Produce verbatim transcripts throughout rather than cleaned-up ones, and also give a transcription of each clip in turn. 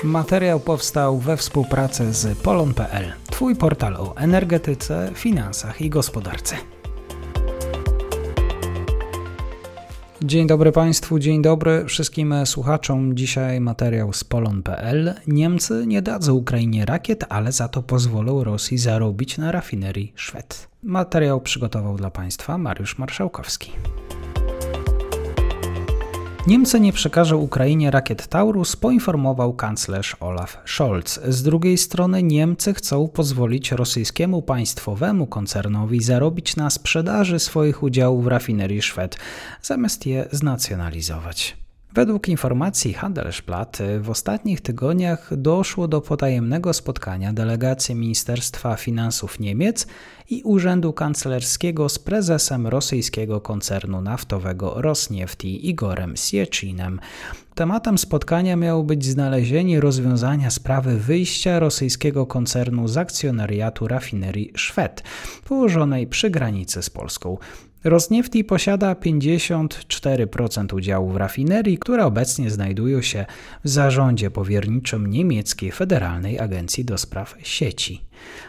Materiał powstał we współpracy z polon kropka p l, Twój portal o energetyce, finansach i gospodarce. Dzień dobry Państwu, dzień dobry wszystkim słuchaczom. Dzisiaj materiał z polon kropka p l. Niemcy nie dadzą Ukrainie rakiet, ale za to pozwolą Rosji zarobić na rafinerii Szwed. Materiał przygotował dla Państwa Mariusz Marszałkowski. Niemcy nie przekażą Ukrainie rakiet Taurus, poinformował kanclerz Olaf Scholz. Z drugiej strony Niemcy chcą pozwolić rosyjskiemu państwowemu koncernowi zarobić na sprzedaży swoich udziałów w rafinerii Szwed, zamiast je znacjonalizować. Według informacji Handelsblatt w ostatnich tygodniach doszło do potajemnego spotkania delegacji Ministerstwa Finansów Niemiec i Urzędu Kanclerskiego z prezesem rosyjskiego koncernu naftowego Rosniefti Igorem Siecinem. Tematem spotkania miało być znalezienie rozwiązania sprawy wyjścia rosyjskiego koncernu z akcjonariatu rafinerii Szwed, położonej przy granicy z Polską. Rosniefti posiada pięćdziesiąt cztery procent udziałów w rafinerii, które obecnie znajdują się w zarządzie powierniczym niemieckiej Federalnej Agencji do Spraw Sieci.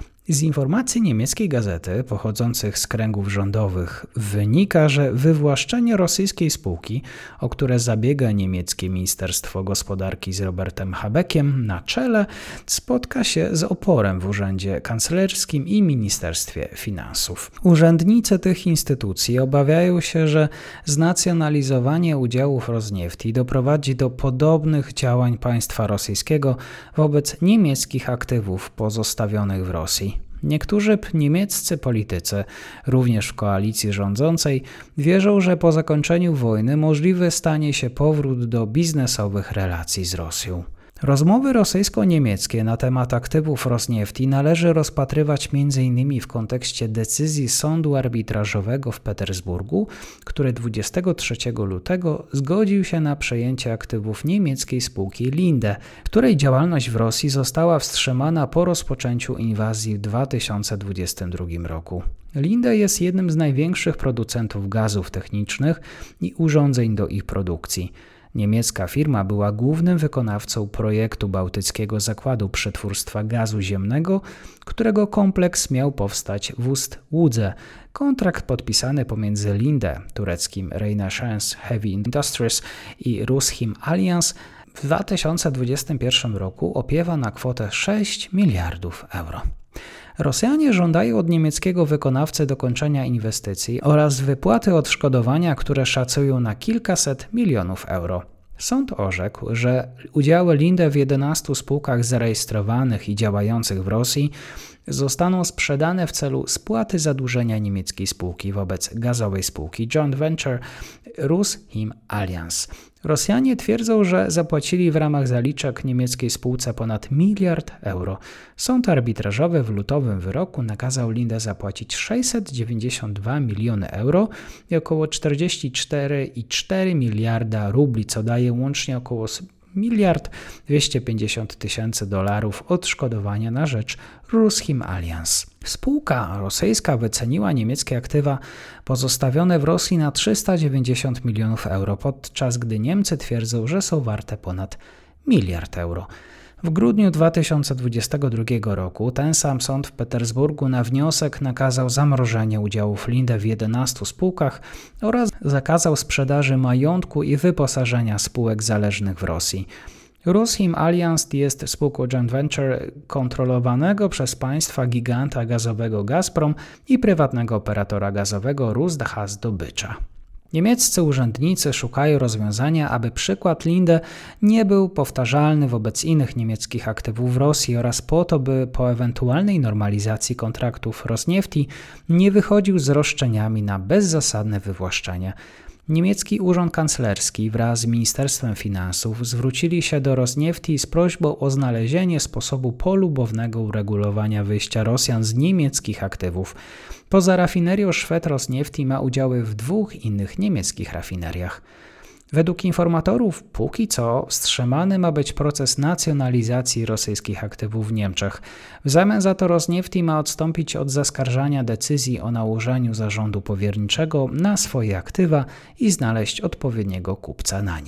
Z informacji niemieckiej gazety pochodzących z kręgów rządowych wynika, że wywłaszczenie rosyjskiej spółki, o które zabiega niemieckie Ministerstwo Gospodarki z Robertem Habeckiem na czele, spotka się z oporem w Urzędzie Kanclerskim i Ministerstwie Finansów. Urzędnicy tych instytucji obawiają się, że znacjonalizowanie udziałów Rosniefti doprowadzi do podobnych działań państwa rosyjskiego wobec niemieckich aktywów pozostawionych w Rosji. Niektórzy niemieccy politycy, również w koalicji rządzącej, wierzą, że po zakończeniu wojny możliwy stanie się powrót do biznesowych relacji z Rosją. Rozmowy rosyjsko-niemieckie na temat aktywów Rosniefti należy rozpatrywać między innymi w kontekście decyzji sądu arbitrażowego w Petersburgu, który dwudziestego trzeciego lutego zgodził się na przejęcie aktywów niemieckiej spółki Linde, której działalność w Rosji została wstrzymana po rozpoczęciu inwazji w dwa tysiące dwudziestym drugim roku. Linde jest jednym z największych producentów gazów technicznych i urządzeń do ich produkcji. Niemiecka firma była głównym wykonawcą projektu Bałtyckiego Zakładu Przetwórstwa Gazu Ziemnego, którego kompleks miał powstać w Ust-Łudze. Kontrakt podpisany pomiędzy Linde, tureckim Renaissance Heavy Industries i Ruschim Alliance w dwa tysiące dwudziestym pierwszym roku opiewa na kwotę sześć miliardów euro. Rosjanie żądają od niemieckiego wykonawcy dokończenia inwestycji oraz wypłaty odszkodowania, które szacują na kilkaset milionów euro. Sąd orzekł, że udziały Linde w jedenastu spółkach zarejestrowanych i działających w Rosji zostaną sprzedane w celu spłaty zadłużenia niemieckiej spółki wobec gazowej spółki joint venture Ruschim Alliance. Rosjanie twierdzą, że zapłacili w ramach zaliczek niemieckiej spółce ponad miliard euro. Sąd arbitrażowy w lutowym wyroku nakazał Linde zapłacić sześćset dziewięćdziesiąt dwa miliony euro i około czterdzieści cztery przecinek cztery miliarda rubli, co daje łącznie około miliard dwieście pięćdziesiąt tysięcy dolarów odszkodowania na rzecz Ruschim Alliance. Spółka rosyjska wyceniła niemieckie aktywa pozostawione w Rosji na trzysta dziewięćdziesiąt milionów euro, podczas gdy Niemcy twierdzą, że są warte ponad miliard euro. W grudniu dwa tysiące dwudziestego drugiego roku ten sam sąd w Petersburgu na wniosek nakazał zamrożenie udziałów Linde w jedenastu spółkach oraz zakazał sprzedaży majątku i wyposażenia spółek zależnych w Rosji. Ruschim Alliance jest spółką joint venture kontrolowanego przez państwa giganta gazowego Gazprom i prywatnego operatora gazowego Rusgaz-Dobycza. Niemieccy urzędnicy szukają rozwiązania, aby przykład Linde nie był powtarzalny wobec innych niemieckich aktywów w Rosji oraz po to, by po ewentualnej normalizacji kontraktów Rosniefti nie wychodził z roszczeniami na bezzasadne wywłaszczenie. Niemiecki Urząd Kanclerski wraz z Ministerstwem Finansów zwrócili się do Rosniefti z prośbą o znalezienie sposobu polubownego uregulowania wyjścia Rosjan z niemieckich aktywów. Poza rafinerią Szwed Rosniefti ma udziały w dwóch innych niemieckich rafineriach. Według informatorów póki co wstrzymany ma być proces nacjonalizacji rosyjskich aktywów w Niemczech. W zamian za to Rosniefti ma odstąpić od zaskarżania decyzji o nałożeniu zarządu powierniczego na swoje aktywa i znaleźć odpowiedniego kupca na nie.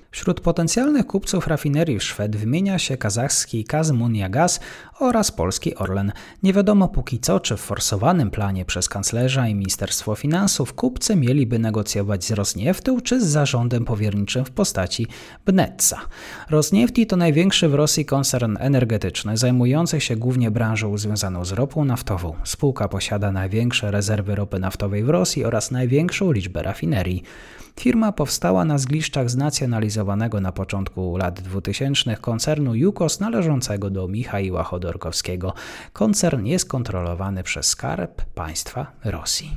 Wśród potencjalnych kupców rafinerii w Szwed wymienia się kazachski Kazmunia Gaz oraz polski Orlen. Nie wiadomo póki co, czy w forsowanym planie przez kanclerza i Ministerstwo Finansów kupcy mieliby negocjować z Rosnieftu czy z zarządem powierniczym w postaci Bnetsa. Rosniefti to największy w Rosji koncern energetyczny, zajmujący się głównie branżą związaną z ropą naftową. Spółka posiada największe rezerwy ropy naftowej w Rosji oraz największą liczbę rafinerii. Firma powstała na zgliszczach znacjonalizowanego na początku lat dwutysięcznych koncernu Jukos należącego do Michaiła Chodorkowskiego. Koncern jest kontrolowany przez Skarb Państwa Rosji.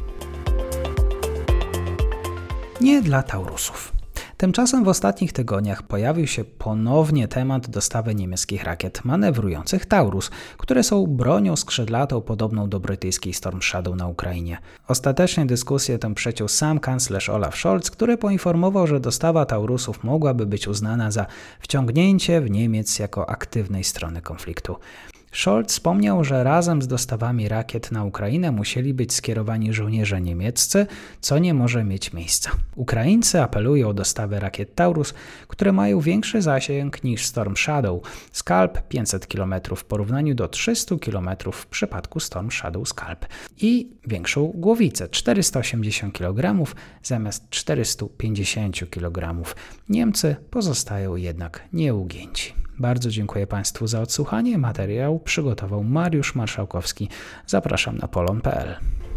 Nie dla Taurusów. Tymczasem w ostatnich tygodniach pojawił się ponownie temat dostawy niemieckich rakiet manewrujących Taurus, które są bronią skrzydlatą podobną do brytyjskiej Storm Shadow na Ukrainie. Ostatecznie dyskusję tę przeciął sam kanclerz Olaf Scholz, który poinformował, że dostawa Taurusów mogłaby być uznana za wciągnięcie w Niemiec jako aktywnej strony konfliktu. Scholz wspomniał, że razem z dostawami rakiet na Ukrainę musieli być skierowani żołnierze niemieccy, co nie może mieć miejsca. Ukraińcy apelują o dostawę rakiet Taurus, które mają większy zasięg niż Storm Shadow. Scalp pięćset kilometrów w porównaniu do trzysta kilometrów w przypadku Storm Shadow Scalp i większą głowicę czterysta osiemdziesiąt kilogramów zamiast czterysta pięćdziesiąt kilogramów. Niemcy pozostają jednak nieugięci. Bardzo dziękuję Państwu za odsłuchanie. Materiał przygotował Mariusz Marszałkowski. Zapraszam na polon kropka p l.